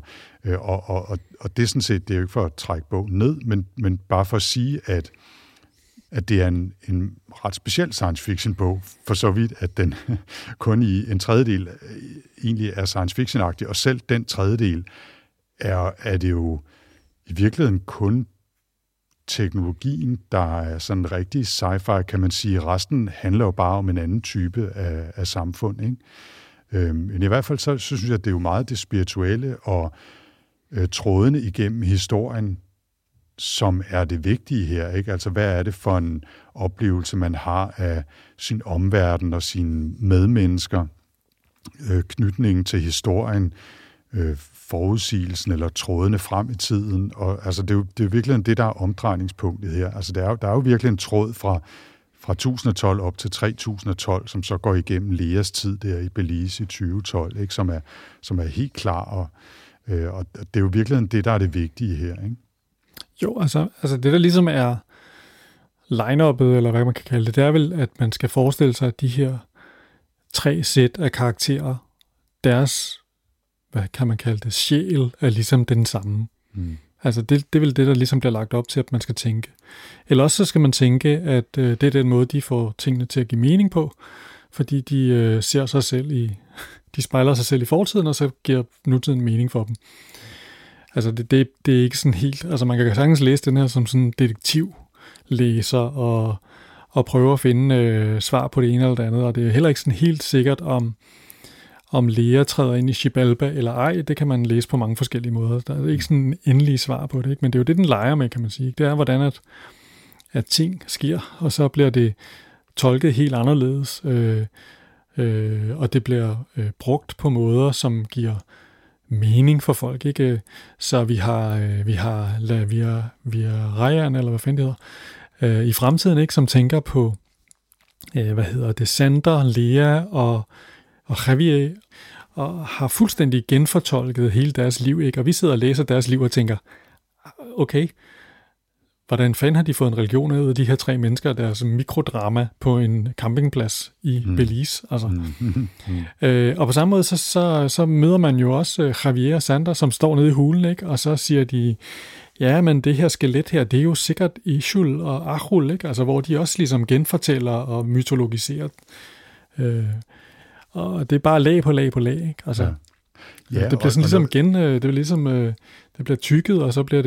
og det er sådan set, det er jo ikke for at trække bogen ned, men bare for at sige, at det er en ret speciel science fiction bog, for så vidt, at den kun i en tredjedel egentlig er science fiction-agtig, og selv den tredjedel er det jo i virkeligheden kun teknologien, der er sådan rigtig sci-fi, kan man sige. Resten handler jo bare om en anden type af samfund, ikke? Men i hvert fald så synes jeg, at det er jo meget det spirituelle og trådene igennem historien, som er det vigtige her, ikke? Altså, hvad er det for en oplevelse, man har af sin omverden og sine medmennesker, knytningen til historien, forudsigelsen eller trådene frem i tiden, og altså, det er jo virkelig det, der er omdrejningspunktet her. Altså, der er jo virkelig en tråd fra 1012 op til 3012, som så går igennem Leas tid der i Belize i 2012, ikke? Som er helt klar, og det er jo virkelig det, der er det vigtige her, ikke? Jo, altså det der ligesom er line-uppet, eller hvad man kan kalde det, det er vel, at man skal forestille sig, at de her 3 sæt af karakterer, deres, hvad kan man kalde det, sjæl er ligesom den samme. Altså det er vel det, der ligesom bliver lagt op til, at man skal tænke. Eller også så skal man tænke, at det er den måde, de får tingene til at give mening på, fordi de ser sig selv de spejler sig selv i fortiden, og så giver nutiden mening for dem. Altså det er ikke sådan helt, altså man kan sagtens læse den her som sådan en detektivlæser og prøve at finde svar på det ene eller det andet, og det er heller ikke sådan helt sikkert om Lea træder ind i Xibalba eller ej. Det kan man læse på mange forskellige måder. Der er ikke sådan en endelig svar på det, ikke? Men det er jo det, den leger med, kan man sige. Det er, hvordan at ting sker, og så bliver det tolket helt anderledes, og det bliver brugt på måder, som giver mening for folk, ikke? Så vi har Ryan, eller hvad fanden det hedder, i fremtiden, ikke, som tænker på, Sander, Lea og Javier, og har fuldstændig genfortolket hele deres liv, ikke? Og vi sidder og læser deres liv og tænker, okay, hvordan fanden har de fået en religion ud af de her 3 mennesker, deres mikrodrama på en campingplads i Belize? Altså. Og på samme måde, så møder man jo også Javier og Sander, som står nede i hulen, ikke? Og så siger de, ja, men det her skelet her, det er jo sikkert Ishul og Achul, ikke? Altså, hvor de også ligesom genfortæller og mytologiserer. Og det er bare lag på lag på lag, ikke? Altså, ja, det bliver sådan ligesom det bliver ligesom det bliver tykket, og så bliver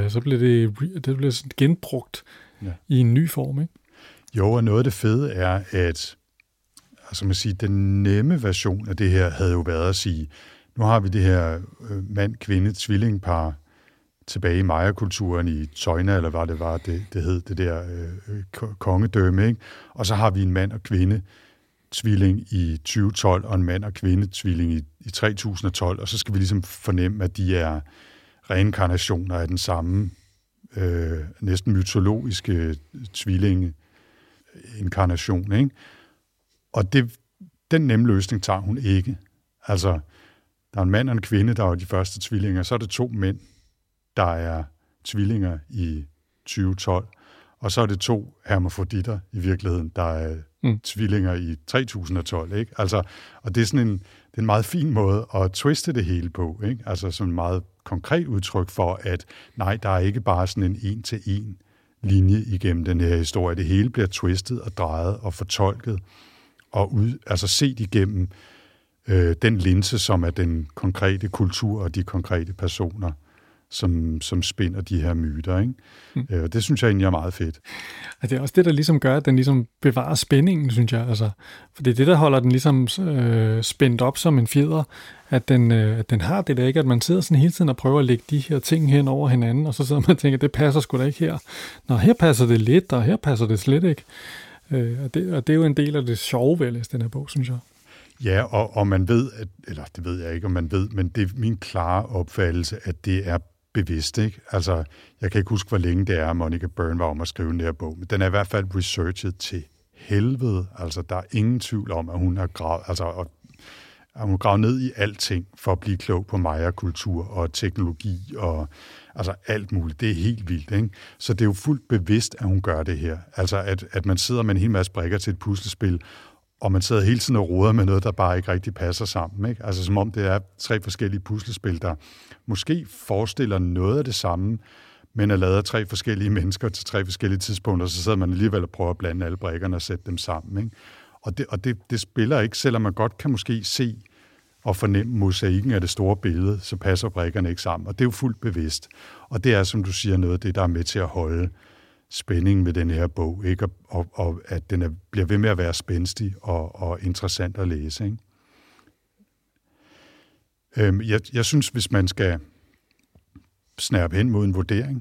det sådan genbrugt i en ny form, ikke? Jo, og noget af det fede er, at altså man siger, den nemme version af det her havde jo været at sige, nu har vi det her mand-kvinde-tvillingpar tilbage i Maya-kulturen i Tøjna, eller hvad det var, det hed, det der kongedømme, ikke? Og så har vi en mand og kvinde tvilling i 2012, og en mand og kvinde tvilling i 3012, og så skal vi ligesom fornemme, at de er reinkarnationer af den samme næsten mytologiske tvillinge-inkarnation, ikke? Og den nemme løsning tager hun ikke. Altså, der er en mand og en kvinde, der er de første tvillinger, så er det 2 mænd, der er tvillinger i 2012, og så er det 2 hermafroditter i virkeligheden, der er tvillinger i 3012, ikke? Altså, og det er sådan en meget fin måde at twiste det hele på, ikke? Altså sådan en meget konkret udtryk for, at nej, der er ikke bare sådan en 1-til-1 linje igennem den her historie. Det hele bliver twistet og drejet og fortolket og altså set igennem den linse, som er den konkrete kultur og de konkrete personer, som spinder de her myter, ikke? Det synes jeg egentlig er meget fedt. Og det er også det, der ligesom gør, at den ligesom bevarer spændingen, synes jeg. Altså, for det er det, der holder den ligesom spændt op som en fjeder, at den har det der, ikke? At man sidder sådan hele tiden og prøver at lægge de her ting hen over hinanden, og så sidder man og tænker, det passer sgu da ikke her. Nå, her passer det lidt, og her passer det slet ikke. Og det er jo en del af det sjove ved den her bog, synes jeg. Ja, og man ved, eller det ved jeg ikke, om man ved, men det er min klare opfattelse, at det er bevidst, ikke? Altså, jeg kan ikke huske, hvor længe det er, Monica Byrne var om at skrive den her bog, men den er i hvert fald researchet til helvede. Altså, der er ingen tvivl om, at hun har gravet ned i alting for at blive klog på Maya-kultur og teknologi og altså alt muligt. Det er helt vildt, ikke? Så det er jo fuldt bevidst, at hun gør det her. Altså, at man sidder med en hel masse brikker til et puslespil, og man sidder hele tiden og roder med noget, der bare ikke rigtig passer sammen, ikke? Altså som om det er 3 forskellige puslespil, der måske forestiller noget af det samme, men er lavet af 3 forskellige mennesker til 3 forskellige tidspunkter, så sidder man alligevel og prøver at blande alle brikkerne og sætte dem sammen, ikke? Og det spiller ikke, selvom man godt kan måske se og fornemme mosaikken af det store billede, så passer brikkerne ikke sammen, og det er jo fuldt bevidst. Og det er, som du siger, noget af det, der er med til at holde spændingen ved den her bog, ikke? Og at den bliver ved med at være spændstig og interessant at læse, ikke? Jeg synes, hvis man skal snærpe hen mod en vurdering,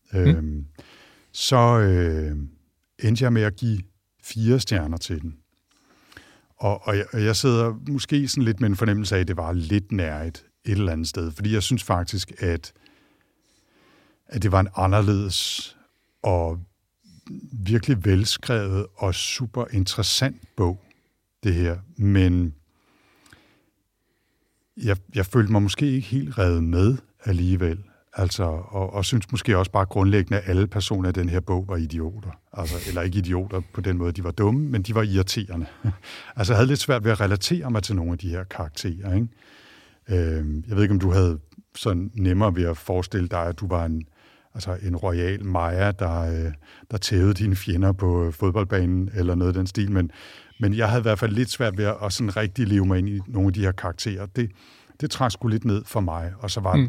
så endte jeg med at give 4 stjerner til den. Og jeg sidder måske sådan lidt med en fornemmelse af, at det var lidt nærigt et eller andet sted, fordi jeg synes faktisk, at det var en anderledes og virkelig velskrevet og super interessant bog, det her. Men jeg følte mig måske ikke helt revet med alligevel. Altså, og synes måske også bare grundlæggende, at alle personer i den her bog var idioter. Altså, eller ikke idioter på den måde, de var dumme, men de var irriterende. Altså, jeg havde lidt svært ved at relatere mig til nogle af de her karakterer, ikke? Jeg ved ikke, om du havde sådan nemmere ved at forestille dig, at du var en royal Maya, der tævede dine fjender på fodboldbanen, eller noget af den stil, men jeg havde i hvert fald lidt svært ved at sådan rigtig leve mig ind i nogle af de her karakterer. Det trak sgu lidt ned for mig, og så var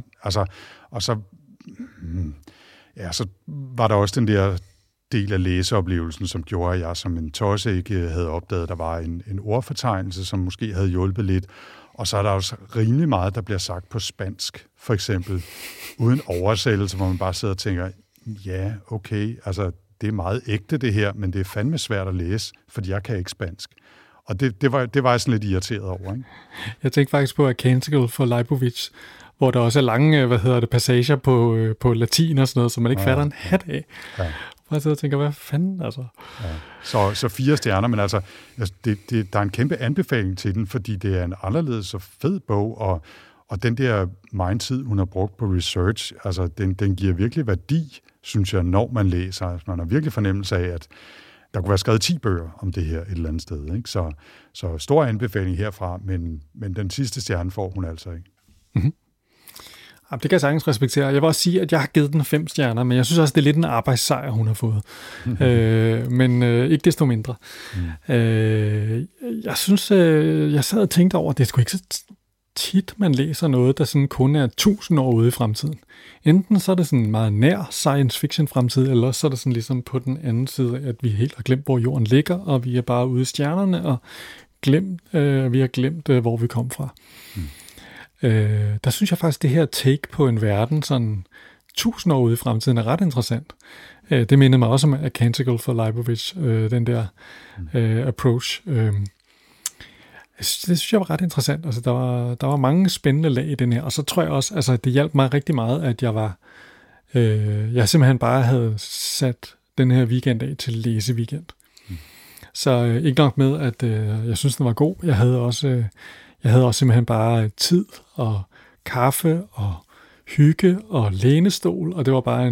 så var der også den der del af læseoplevelsen, som gjorde, at jeg som en tosse ikke havde opdaget, at der var en ordfortegnelse, som måske havde hjulpet lidt. Og så er der også rimelig meget, der bliver sagt på spansk, for eksempel, uden oversættelse, hvor man bare sidder og tænker, ja, okay, altså det er meget ægte det her, men det er fandme svært at læse, fordi jeg kan ikke spansk. Og det var jeg sådan lidt irriteret over, ikke? Jeg tænkte faktisk på A Canticle for Leibovitz, hvor der også er lange, passager på latin og sådan noget, så man ikke fatter en hat af. Ja. Og så tænker jeg, hvad fanden, altså? Ja. Så 4 stjerner, men altså, der er en kæmpe anbefaling til den, fordi det er en anderledes og fed bog, og den der mindtid, hun har brugt på research, altså, den giver virkelig værdi, synes jeg, når man læser. Altså, man har virkelig fornemmelse af, at der kunne være skrevet 10 bøger om det her et eller andet sted, ikke? Så stor anbefaling herfra, men den sidste stjerne får hun altså ikke. Mm-hmm. Det kan jeg sagtens respektere. Jeg vil også sige, at jeg har givet den 5 stjerner, men jeg synes også, det er lidt en arbejdssejr, hun har fået. Men ikke desto mindre. Jeg synes, jeg sad og tænkte over, at det er sgu ikke så tit, man læser noget, der sådan kun er 1000 år ude i fremtiden. Enten så er det sådan meget nær science fiction fremtid, eller så er det sådan ligesom på den anden side, at vi helt har glemt, hvor jorden ligger, og vi er bare ude i stjernerne, og vi har glemt, hvor vi kom fra. Der synes jeg faktisk, det her take på en verden sådan 1000 år ude i fremtiden er ret interessant. Det minder mig også om A Canticle for Leibovitz, den der approach. Det synes jeg var ret interessant. Altså, der var mange spændende lag i den her, og så tror jeg også, altså, det hjalp mig rigtig meget, at jeg simpelthen bare havde sat den her weekend af til læseweekend. Så ikke nok med, at jeg synes, den var god. Jeg havde også simpelthen bare tid og kaffe og hygge og lænestol, og det var bare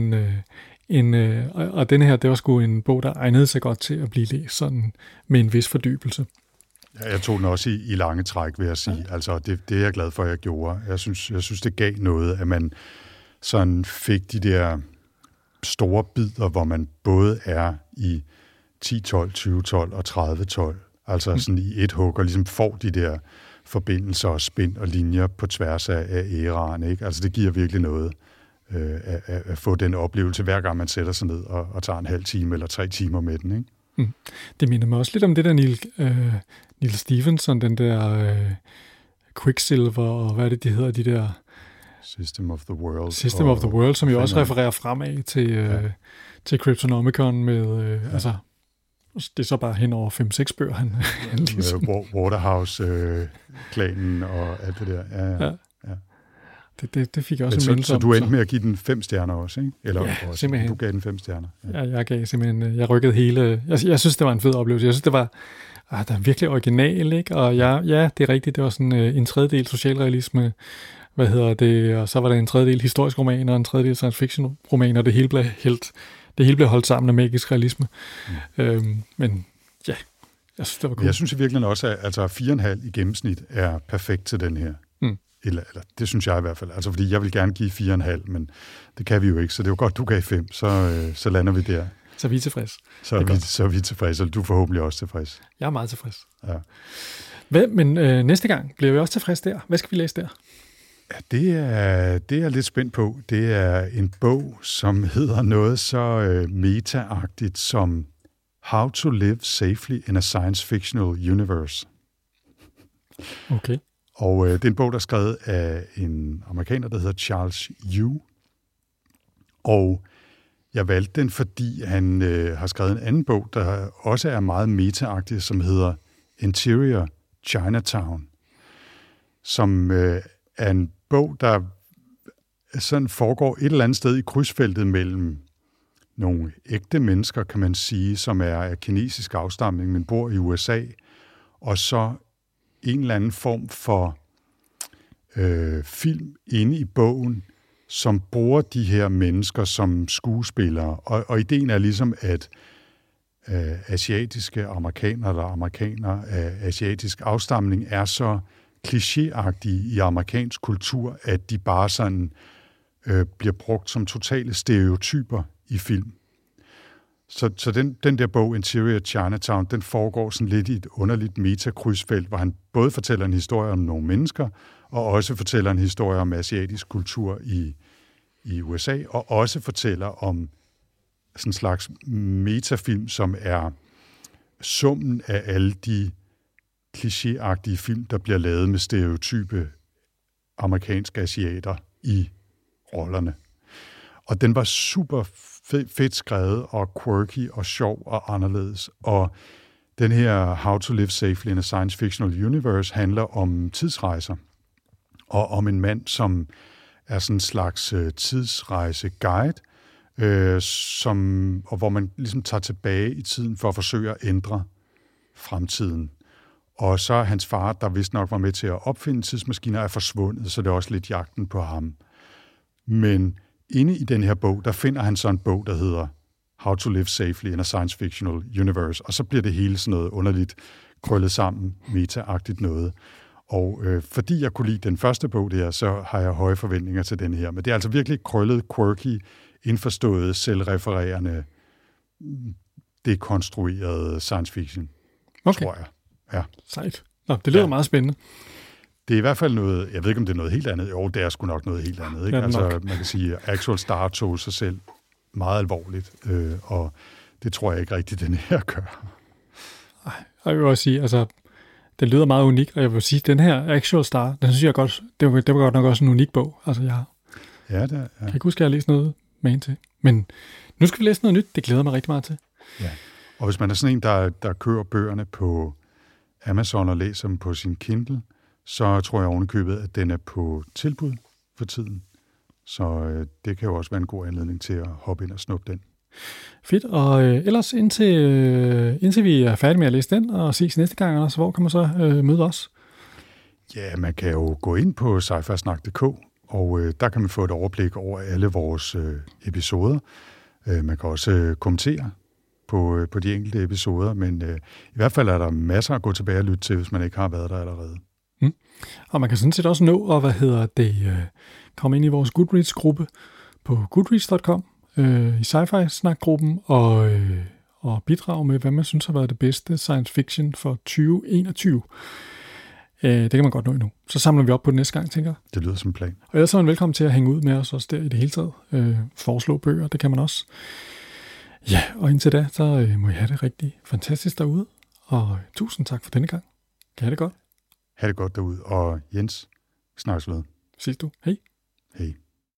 og den her, det var sgu en bog, der egnede sig godt til at blive læst sådan med en vis fordybelse. Ja, jeg tog den også i lange træk, vil jeg sige. Altså, det er jeg glad for, at jeg gjorde. Jeg synes, det gav noget, at man sådan fik de der store bidder, hvor man både er i 10-12, 20-12 og 30-12. Altså sådan i et hug, og ligesom får de der forbindelser og spind og linjer på tværs af æraen, ikke? Altså, det giver virkelig noget at få den oplevelse, hver gang man sætter sig ned og tager en halv time eller 3 timer med den, ikke? Det minder mig også lidt om det der Neil Stephenson, den der Quicksilver, og hvad er det, de hedder, de der... System of the World, som jo også refererer fremad til Cryptonomicon med, altså, det er så bare hen over 5-6 bøger, han ligesom... Waterhouse-klanen og alt det der. Ja. Det fik jeg også en mindelse om. Så du endte med at give den 5 stjerner også, ikke? Eller ja, også, simpelthen. Du gav den 5 stjerner. Ja, jeg gav simpelthen... Jeg rykkede hele... Jeg synes, det var en fed oplevelse. Jeg synes, det var... der er virkelig original, ikke? Og ja, det er rigtigt. Det var sådan en tredjedel socialrealisme, og så var der en tredjedel historisk roman, og en tredjedel science fiction roman, og det hele blev holdt sammen af magisk realisme. Men ja, jeg synes, det var cool. Jeg synes i virkeligheden også, at altså 4,5 i gennemsnit er perfekt til den her. Eller det synes jeg i hvert fald. Altså, fordi jeg vil gerne give 4,5, men det kan vi jo ikke, så det er jo godt, du gav 5, så lander vi der. Så vi er tilfreds. Så er vi tilfredse, og du er forhåbentlig også tilfreds. Jeg er meget tilfreds. Ja. Men næste gang bliver vi også tilfreds der. Hvad skal vi læse der? Ja, det er jeg lidt spændt på. Det er en bog, som hedder noget så meta-agtigt som How to Live Safely in a Science Fictional Universe. Okay. Og det er en bog, der er skrevet af en amerikaner, der hedder Charles Yu. Og jeg valgte den, fordi han har skrevet en anden bog, der også er meget meta-agtig, som hedder Interior Chinatown, som er en bog, der sådan foregår et eller andet sted i krydsfeltet mellem nogle ægte mennesker, kan man sige, som er af kinesisk afstamning, men bor i USA, og så en eller anden form for film inde i bogen, som bruger de her mennesker som skuespillere. Og ideen er ligesom, at asiatiske amerikanere eller amerikanere af asiatisk afstamning er så klichéagtige i amerikansk kultur, at de bare sådan bliver brugt som totale stereotyper i film. Så den der bog, Interior Chinatown, den foregår sådan lidt i et underligt metakrydsfelt, hvor han både fortæller en historie om nogle mennesker, og også fortæller en historie om asiatisk kultur i USA, og også fortæller om sådan en slags metafilm, som er summen af alle de klichéagtige film, der bliver lavet med stereotype amerikanske asiater i rollerne. Og den var super fedt skrevet og quirky og sjov og anderledes. Og den her How to Live Safely in a Science Fictional Universe handler om tidsrejser. Og om en mand, som er sådan en slags tidsrejseguide, og hvor man ligesom tager tilbage i tiden for at forsøge at ændre fremtiden. Og så er hans far, der vist nok var med til at opfinde tidsmaskiner, er forsvundet, så det er også lidt jagten på ham. Men inde i den her bog, der finder han så en bog, der hedder How to Live Safely in a Science Fictional Universe, og så bliver det hele sådan noget underligt krøllet sammen, meta-agtigt noget. Og fordi jeg kunne lide den første bog der, så har jeg høje forventninger til den her. Men det er altså virkelig krøllet, quirky, indforstået, selvrefererende, dekonstrueret science fiction, tror jeg. Ja. Sejt. Nå, det lyder meget spændende. Det er i hvert fald noget, jeg ved ikke, om det er noget helt andet. Jo, det er sgu nok noget helt andet. Ikke? Altså, man kan sige, at Actual Star tog sig selv meget alvorligt, og det tror jeg ikke rigtigt, den her gør. Ej, jeg vil også sige, altså, det lyder meget unik, og jeg vil sige, den her Actual Star, den synes jeg godt, det var godt nok også en unik bog. Altså, jeg kan ikke huske, at jeg har læst noget med hende til. Men nu skal vi læse noget nyt, det glæder mig rigtig meget til. Ja, og hvis man er sådan en, der kører bøgerne på Amazon og læser dem på sin Kindle, så tror jeg ovenikøbet, at den er på tilbud for tiden. Så det kan jo også være en god anledning til at hoppe ind og snuppe den. Fedt, og ellers indtil vi er færdige med at læse den og ses næste gang, Anders, hvor kan man så møde os? Ja, man kan jo gå ind på sci-fi-snak.dk, og der kan man få et overblik over alle vores episoder. Man kan også kommentere på de enkelte episoder, men i hvert fald er der masser at gå tilbage og lytte til, hvis man ikke har været der allerede. Og man kan sådan set også nå at komme ind i vores Goodreads-gruppe på goodreads.com i sci-fi-snak-gruppen og bidrage med, hvad man synes har været det bedste science fiction for 2021. Det kan man godt nå endnu. Så samler vi op på det næste gang, tænker jeg. Det lyder som en plan. Og ellers er man velkommen til at hænge ud med os også der i det hele taget. Foreslå bøger, det kan man også. Ja, og indtil da, så må I have det rigtig fantastisk derude. Og tusind tak for denne gang. Kan I have det godt? Ha' det godt derude. Og Jens, snakkes ved. Ses du. Hej. Hej.